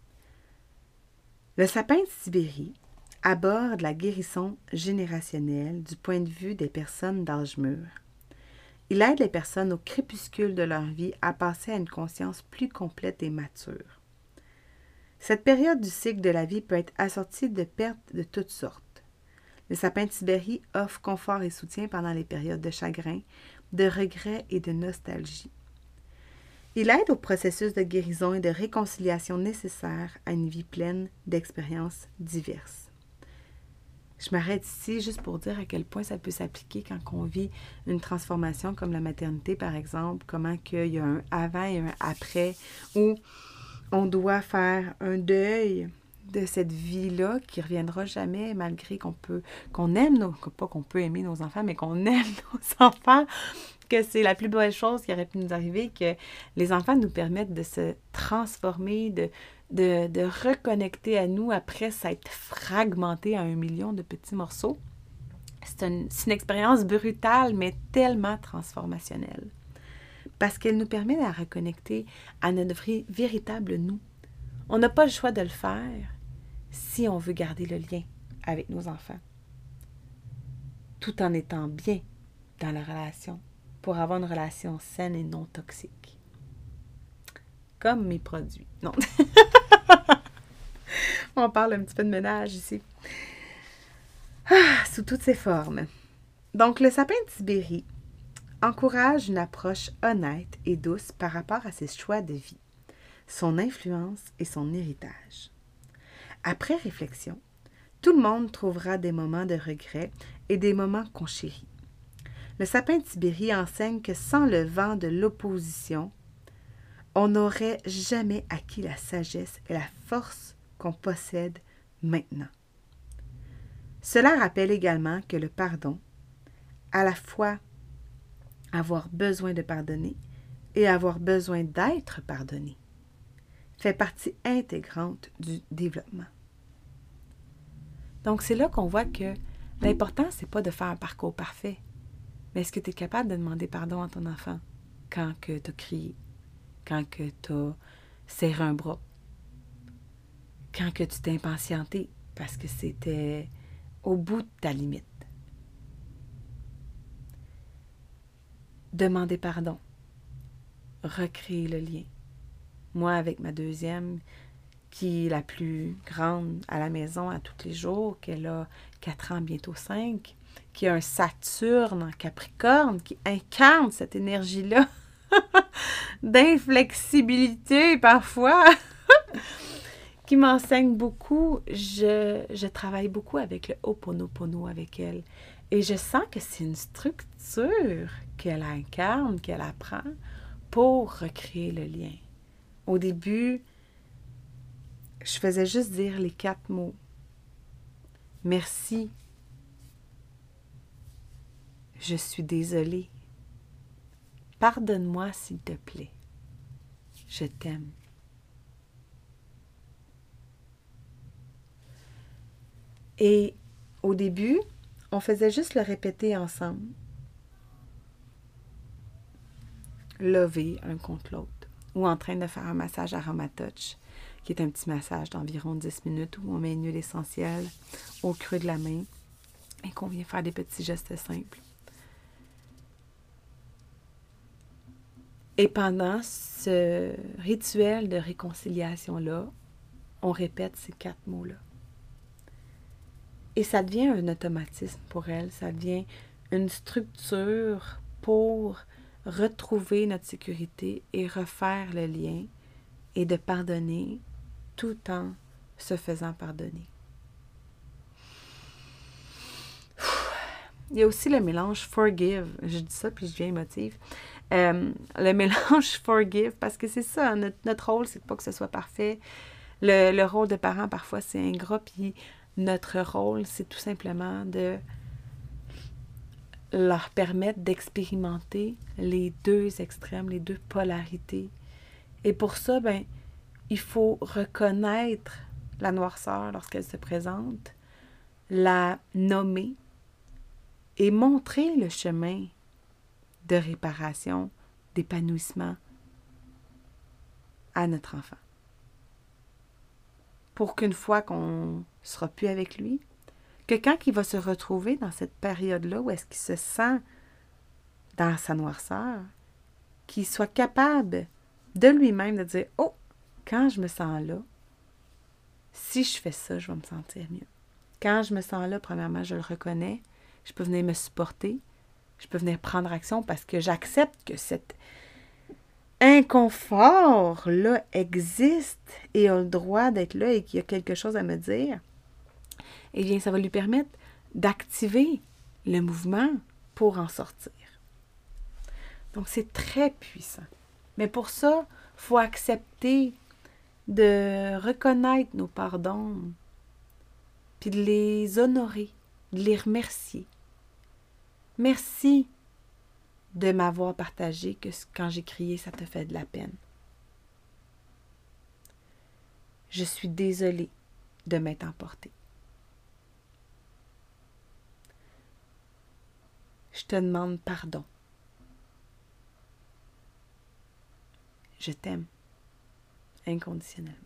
Le sapin de Sibérie aborde la guérison générationnelle du point de vue des personnes d'âge mûr. Il aide les personnes au crépuscule de leur vie à passer à une conscience plus complète et mature. Cette période du cycle de la vie peut être assortie de pertes de toutes sortes. Le sapin de Sibérie offre confort et soutien pendant les périodes de chagrin, de regret et de nostalgie. Il aide au processus de guérison et de réconciliation nécessaire à une vie pleine d'expériences diverses. Je m'arrête ici juste pour dire à quel point ça peut s'appliquer quand on vit une transformation comme la maternité, par exemple, comment qu'il y a un avant et un après, où on doit faire un deuil de cette vie-là qui ne reviendra jamais, malgré qu'on aime pas qu'on peut aimer nos enfants, mais qu'on aime nos enfants, que c'est la plus belle chose qui aurait pu nous arriver, que les enfants nous permettent de se transformer, de reconnecter à nous après s'être fragmenté à 1 million de petits morceaux. C'est une expérience brutale, mais tellement transformationnelle. Parce qu'elle nous permet de reconnecter à notre véritable nous. On n'a pas le choix de le faire si on veut garder le lien avec nos enfants, tout en étant bien dans la relation, pour avoir une relation saine et non toxique. Comme mes produits. Non. On parle un petit peu de ménage ici. Sous toutes ses formes. Donc, le sapin de Sibérie encourage une approche honnête et douce par rapport à ses choix de vie, son influence et son héritage. Après réflexion, tout le monde trouvera des moments de regret et des moments qu'on chérit. Le sapin de Sibérie enseigne que sans le vent de l'opposition, on n'aurait jamais acquis la sagesse et la force qu'on possède maintenant. Cela rappelle également que le pardon, à la fois avoir besoin de pardonner et avoir besoin d'être pardonné, fait partie intégrante du développement. Donc, c'est là qu'on voit que l'important, c'est pas de faire un parcours parfait, mais est-ce que tu es capable de demander pardon à ton enfant quand que tu as crié, quand que tu as serré un bras, quand que tu t'es impatienté parce que c'était au bout de ta limite. Demander pardon, recréer le lien. Moi, avec ma deuxième, qui est la plus grande à la maison à tous les jours, qu'elle a 4 ans, bientôt 5, qui a un Saturne en Capricorne, qui incarne cette énergie-là d'inflexibilité parfois, qui m'enseigne beaucoup. Je travaille beaucoup avec le Ho'oponopono avec elle. Et je sens que c'est une structure qu'elle incarne, qu'elle apprend pour recréer le lien. Au début, je faisais juste dire les 4 mots. Merci. Je suis désolée. Pardonne-moi s'il te plaît. Je t'aime. Et au début, on faisait juste le répéter ensemble. Lever un contre l'autre. Ou en train de faire un massage Aromatouch, qui est un petit massage d'environ 10 minutes où on met une huile essentielle au creux de la main et qu'on vient faire des petits gestes simples. Et pendant ce rituel de réconciliation-là, on répète ces 4 mots-là. Et ça devient un automatisme pour elle, ça devient une structure pour retrouver notre sécurité et refaire le lien et de pardonner tout en se faisant pardonner. Il y a aussi le mélange forgive. Je dis ça puis je deviens émotive. Le mélange forgive, parce que c'est ça, notre rôle, c'est pas que ce soit parfait. Le rôle de parent, parfois, c'est ingrat, puis notre rôle, c'est tout simplement de leur permettre d'expérimenter les 2 extrêmes, les 2 polarités. Et pour ça, il faut reconnaître la noirceur lorsqu'elle se présente, la nommer et montrer le chemin de réparation, d'épanouissement à notre enfant. Pour qu'une fois qu'on ne sera plus avec lui, que quand il va se retrouver dans cette période-là où est-ce qu'il se sent dans sa noirceur, qu'il soit capable de lui-même de dire « Oh, quand je me sens là, si je fais ça, je vais me sentir mieux. Quand je me sens là, premièrement, je le reconnais, je peux venir me supporter, je peux venir prendre action parce que j'accepte que cet inconfort-là existe et a le droit d'être là et qu'il y a quelque chose à me dire. » Eh bien, ça va lui permettre d'activer le mouvement pour en sortir. Donc, c'est très puissant. Mais pour ça, il faut accepter de reconnaître nos pardons, puis de les honorer, de les remercier. Merci de m'avoir partagé que quand j'ai crié, ça te fait de la peine. Je suis désolée de m'être emportée. Je te demande pardon. Je t'aime inconditionnellement.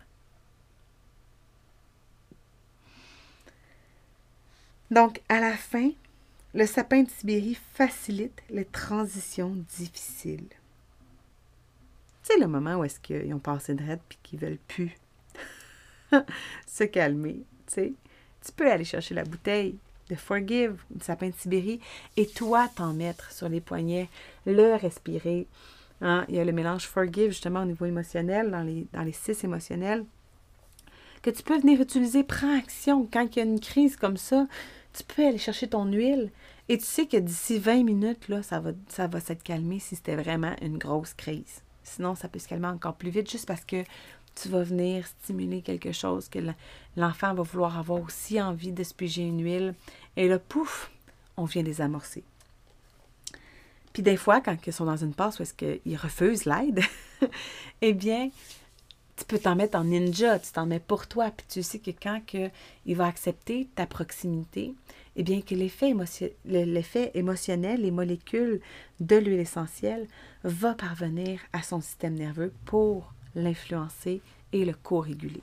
Donc, à la fin, le sapin de Sibérie facilite les transitions difficiles. Tu sais, le moment où est-ce qu'ils ont passé de raide et qu'ils ne veulent plus se calmer, tu sais. Tu peux aller chercher la bouteille de Forgive, du sapin de Sibérie, et toi t'en mettre sur les poignets, le respirer. Hein? Il y a le mélange Forgive, justement, au niveau émotionnel, dans les 6 émotionnels, que tu peux venir utiliser. Prends action. Quand il y a une crise comme ça, tu peux aller chercher ton huile, et tu sais que d'ici 20 minutes, là, ça va s'être calmé si c'était vraiment une grosse crise. Sinon, ça peut se calmer encore plus vite, juste parce que tu vas venir stimuler quelque chose que l'enfant va vouloir avoir aussi envie de se piger une huile. Et là, pouf, on vient désamorcer. Puis des fois, quand ils sont dans une passe où est-ce qu'ils refusent l'aide, eh bien, tu peux t'en mettre en ninja, tu t'en mets pour toi, puis tu sais que quand il va accepter ta proximité, eh bien que l'effet émotionnel, les molécules de l'huile essentielle, va parvenir à son système nerveux pour l'influencer et le co-réguler.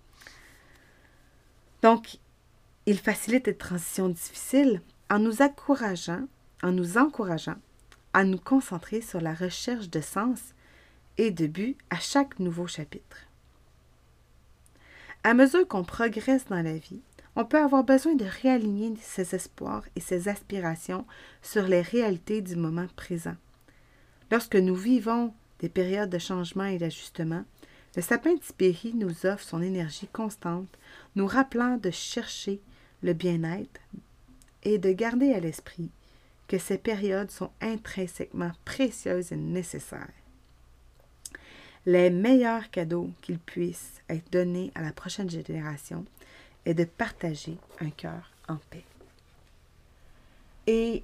Donc, il facilite les transitions difficiles en nous encourageant à nous concentrer sur la recherche de sens et de but à chaque nouveau chapitre. À mesure qu'on progresse dans la vie, on peut avoir besoin de réaligner ses espoirs et ses aspirations sur les réalités du moment présent. Lorsque nous vivons des périodes de changement et d'ajustement, le sapin de Sibérie nous offre son énergie constante, nous rappelant de chercher le bien-être et de garder à l'esprit que ces périodes sont intrinsèquement précieuses et nécessaires. Les meilleurs cadeaux qu'ils puissent être donnés à la prochaine génération est de partager un cœur en paix. Et,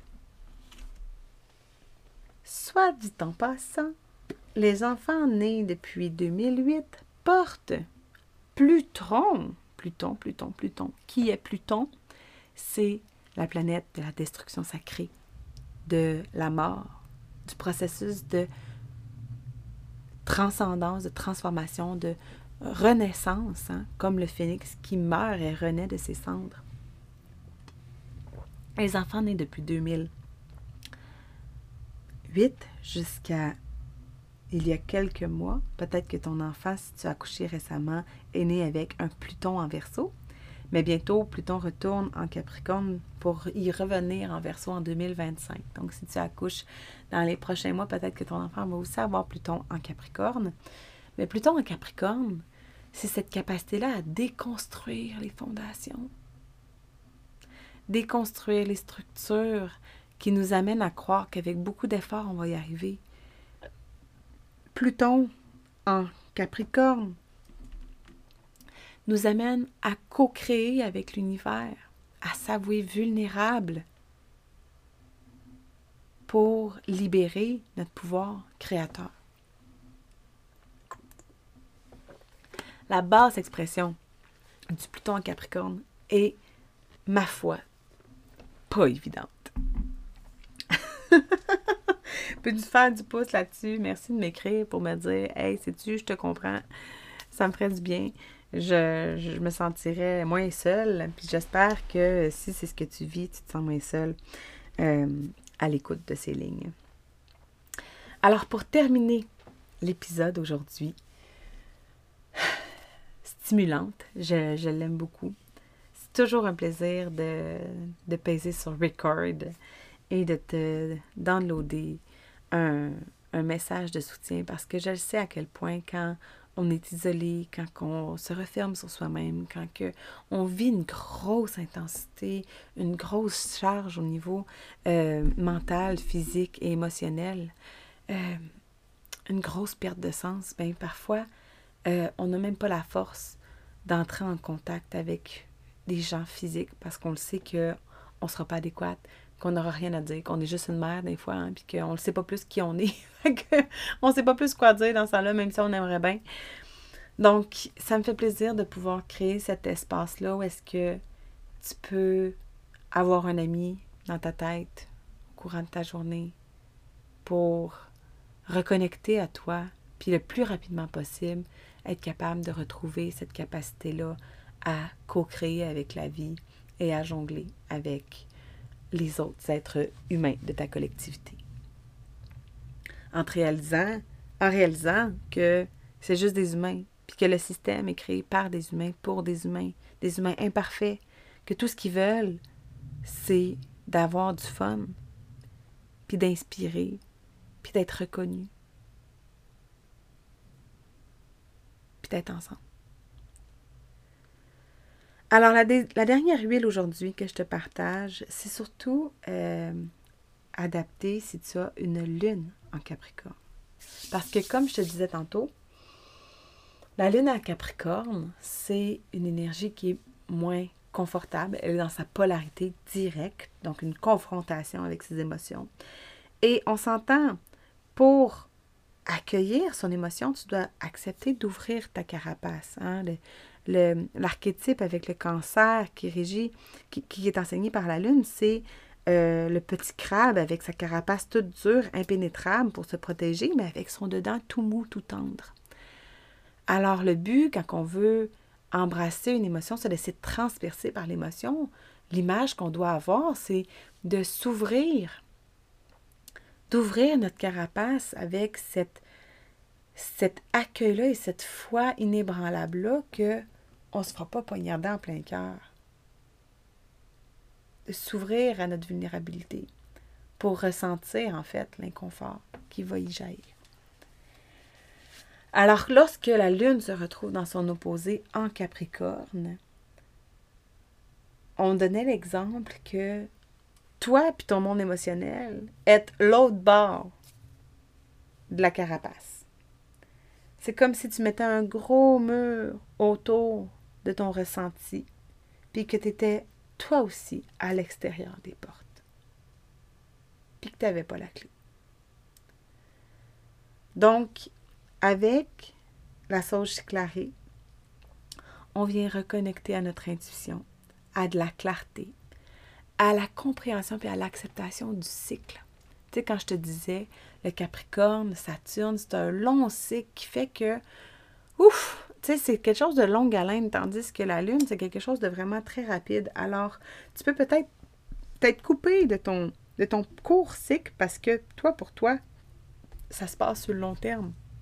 soit dit en passant, les enfants nés depuis 2008 portent Pluton. Qui est Pluton? C'est la planète de la destruction sacrée, de la mort, du processus de transcendance, de transformation, de renaissance, hein, comme le phénix qui meurt et renaît de ses cendres. Les enfants nés depuis 2008 jusqu'à il y a quelques mois. Peut-être que ton enfant, si tu as accouché récemment, est né avec un Pluton en Verseau. Mais bientôt, Pluton retourne en Capricorne pour y revenir en Verseau en 2025. Donc, si tu accouches dans les prochains mois, peut-être que ton enfant va aussi avoir Pluton en Capricorne. Mais Pluton en Capricorne, c'est cette capacité-là à déconstruire les fondations, déconstruire les structures qui nous amènent à croire qu'avec beaucoup d'efforts, on va y arriver. Pluton en Capricorne nous amène à co-créer avec l'univers, à s'avouer vulnérable pour libérer notre pouvoir créateur. La basse expression du Pluton en Capricorne est, ma foi, pas évidente. Peux-tu faire du pouce là-dessus? Merci de m'écrire pour me dire « Hey, sais-tu, je te comprends. Ça me ferait du bien. Je me sentirais moins seule. » Puis j'espère que si c'est ce que tu vis, tu te sens moins seule à l'écoute de ces lignes. Alors, pour terminer l'épisode aujourd'hui, stimulante, je l'aime beaucoup. C'est toujours un plaisir de peser sur record et de te downloader un message de soutien parce que je le sais à quel point quand on est isolé, quand on se referme sur soi-même, quand on vit une grosse intensité, une grosse charge au niveau mental, physique et émotionnel, une grosse perte de sens, bien parfois, on n'a même pas la force d'entrer en contact avec des gens physiques parce qu'on le sait qu'on ne sera pas adéquate, qu'on n'aura rien à dire, qu'on est juste une mère des fois, hein, puis qu'on ne sait pas plus qui on est. On ne sait pas plus quoi dire dans ça là, même si on aimerait bien. Donc, ça me fait plaisir de pouvoir créer cet espace-là où est-ce que tu peux avoir un ami dans ta tête au courant de ta journée pour reconnecter à toi, puis le plus rapidement possible, être capable de retrouver cette capacité-là à co-créer avec la vie et à jongler avec les autres êtres humains de ta collectivité. En réalisant que c'est juste des humains, puis que le système est créé par des humains, pour des humains imparfaits, que tout ce qu'ils veulent, c'est d'avoir du fun, puis d'inspirer, puis d'être reconnus, puis d'être ensemble. Alors, la dernière huile aujourd'hui que je te partage, c'est surtout adapté si tu as une lune en Capricorne. Parce que, comme je te disais tantôt, la lune en Capricorne, c'est une énergie qui est moins confortable. Elle est dans sa polarité directe, donc une confrontation avec ses émotions. Et on s'entend, pour accueillir son émotion, tu dois accepter d'ouvrir ta carapace. Hein? L'archétype avec le cancer qui est enseigné par la lune, c'est le petit crabe avec sa carapace toute dure, impénétrable pour se protéger, mais avec son dedans tout mou, tout tendre. Alors le but, quand on veut embrasser une émotion, se laisser transpercer par l'émotion, l'image qu'on doit avoir, c'est de s'ouvrir, d'ouvrir notre carapace avec cet accueil-là et cette foi inébranlable-là qu'on ne se fera pas poignarder en plein cœur. De s'ouvrir à notre vulnérabilité pour ressentir, en fait, l'inconfort qui va y jaillir. Alors, lorsque la lune se retrouve dans son opposé en Capricorne, on donnait l'exemple que toi puis ton monde émotionnel êtes l'autre bord de la carapace. C'est comme si tu mettais un gros mur autour de ton ressenti, puis que tu étais toi aussi à l'extérieur des portes, puis que tu n'avais pas la clé. Donc, avec la sauge cyclarée, on vient reconnecter à notre intuition, à de la clarté, à la compréhension puis à l'acceptation du cycle. Tu sais, quand je te disais, le Capricorne, Saturne, c'est un long cycle qui fait que, ouf, tu sais, c'est quelque chose de longue haleine, tandis que la Lune, c'est quelque chose de vraiment très rapide. Alors, tu peux peut-être être coupé de ton court cycle parce que, pour toi, ça se passe sur le long terme.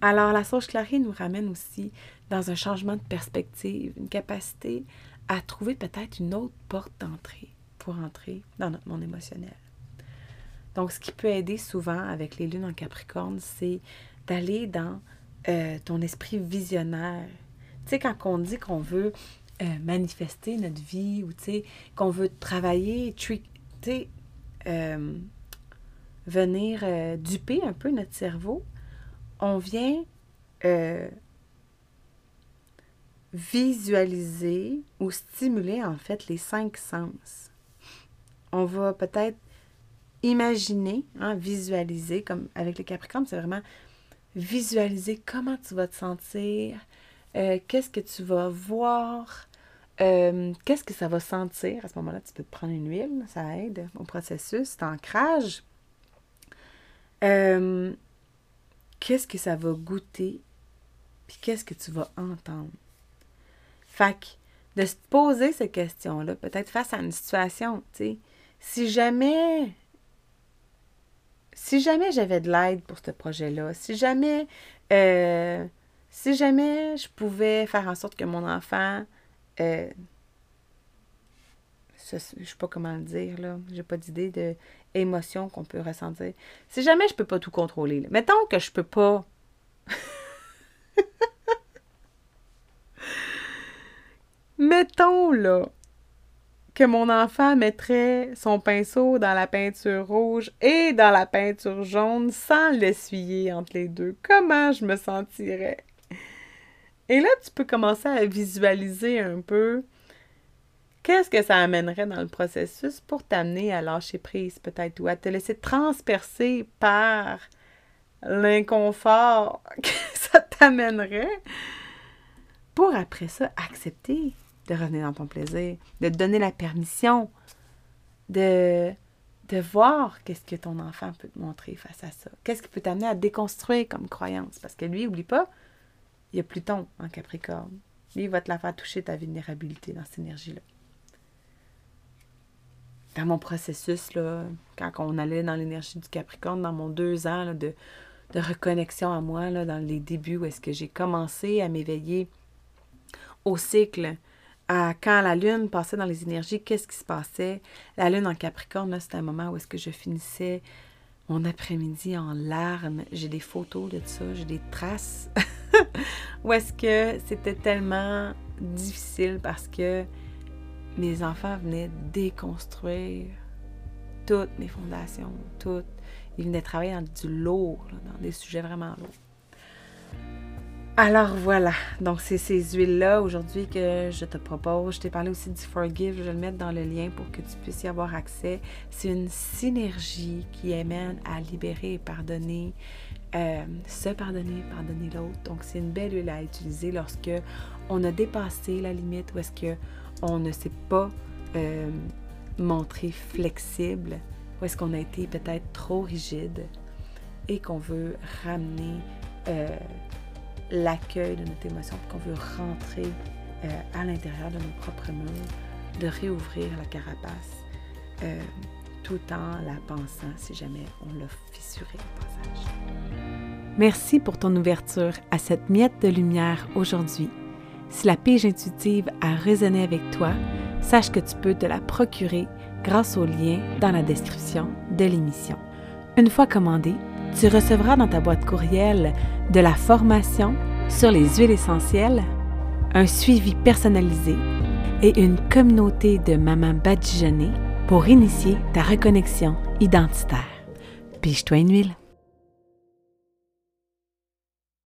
Alors, la sauge clarée nous ramène aussi dans un changement de perspective, une capacité à trouver peut-être une autre porte d'entrée pour entrer dans notre monde émotionnel. Donc, ce qui peut aider souvent avec les lunes en Capricorne, c'est d'aller dans ton esprit visionnaire. Tu sais, quand on dit qu'on veut manifester notre vie ou tu sais, qu'on veut travailler, venir duper un peu notre cerveau, on vient visualiser ou stimuler en fait les 5 sens. On va peut-être imaginer, visualiser, comme avec les Capricornes, c'est vraiment visualiser comment tu vas te sentir, qu'est-ce que tu vas voir, qu'est-ce que ça va sentir. À ce moment-là, tu peux te prendre une huile, ça aide au processus d'ancrage. Qu'est-ce que ça va goûter, puis qu'est-ce que tu vas entendre. Fait que de se poser ces questions-là, peut-être face à une situation, tu sais, si jamais j'avais de l'aide pour ce projet-là, si jamais je pouvais faire en sorte que mon enfant, je sais pas comment le dire, là, j'ai pas d'idée de émotion qu'on peut ressentir. Si jamais je peux pas tout contrôler, là, mettons que je peux pas... Mettons, là, que mon enfant mettrait son pinceau dans la peinture rouge et dans la peinture jaune sans l'essuyer entre les deux. Comment je me sentirais? Et là, tu peux commencer à visualiser un peu qu'est-ce que ça amènerait dans le processus pour t'amener à lâcher prise peut-être ou à te laisser transpercer par l'inconfort que ça t'amènerait pour après ça accepter de revenir dans ton plaisir, de te donner la permission de voir qu'est-ce que ton enfant peut te montrer face à ça. Qu'est-ce qui peut t'amener à déconstruire comme croyance. Parce que lui, oublie pas, il y a Pluton en Capricorne. Lui, il va te la faire toucher ta vulnérabilité dans cette énergie-là. Dans mon processus, là, quand on allait dans l'énergie du Capricorne, dans mon 2 ans là, de reconnexion à moi, là, dans les débuts où est-ce que j'ai commencé à m'éveiller au cycle, quand la lune passait dans les énergies, qu'est-ce qui se passait? La lune en Capricorne, là, c'était un moment où est-ce que je finissais mon après-midi en larmes. J'ai des photos de ça, j'ai des traces. Où est-ce que c'était tellement difficile parce que mes enfants venaient déconstruire toutes mes fondations, toutes. Ils venaient travailler dans du lourd, là, dans des sujets vraiment lourds. Alors voilà, donc c'est ces huiles-là aujourd'hui que je te propose. Je t'ai parlé aussi du Forgive, je vais le mettre dans le lien pour que tu puisses y avoir accès. C'est une synergie qui amène à libérer et pardonner, se pardonner, pardonner l'autre. Donc c'est une belle huile à utiliser lorsque on a dépassé la limite ou est-ce qu'on ne s'est pas montré flexible ou est-ce qu'on a été peut-être trop rigide et qu'on veut ramener l'accueil de notre émotion, qu'on veut rentrer à l'intérieur de nos propres murs, de réouvrir la carapace tout en la pensant si jamais on l'a fissurée au passage. Merci pour ton ouverture à cette miette de lumière aujourd'hui. Si la pige intuitive a résonné avec toi, sache que tu peux te la procurer grâce au lien dans la description de l'émission. Une fois commandée, tu recevras dans ta boîte courriel de la formation sur les huiles essentielles, un suivi personnalisé et une communauté de mamans badigeonnées pour initier ta reconnexion identitaire. Pige-toi une huile.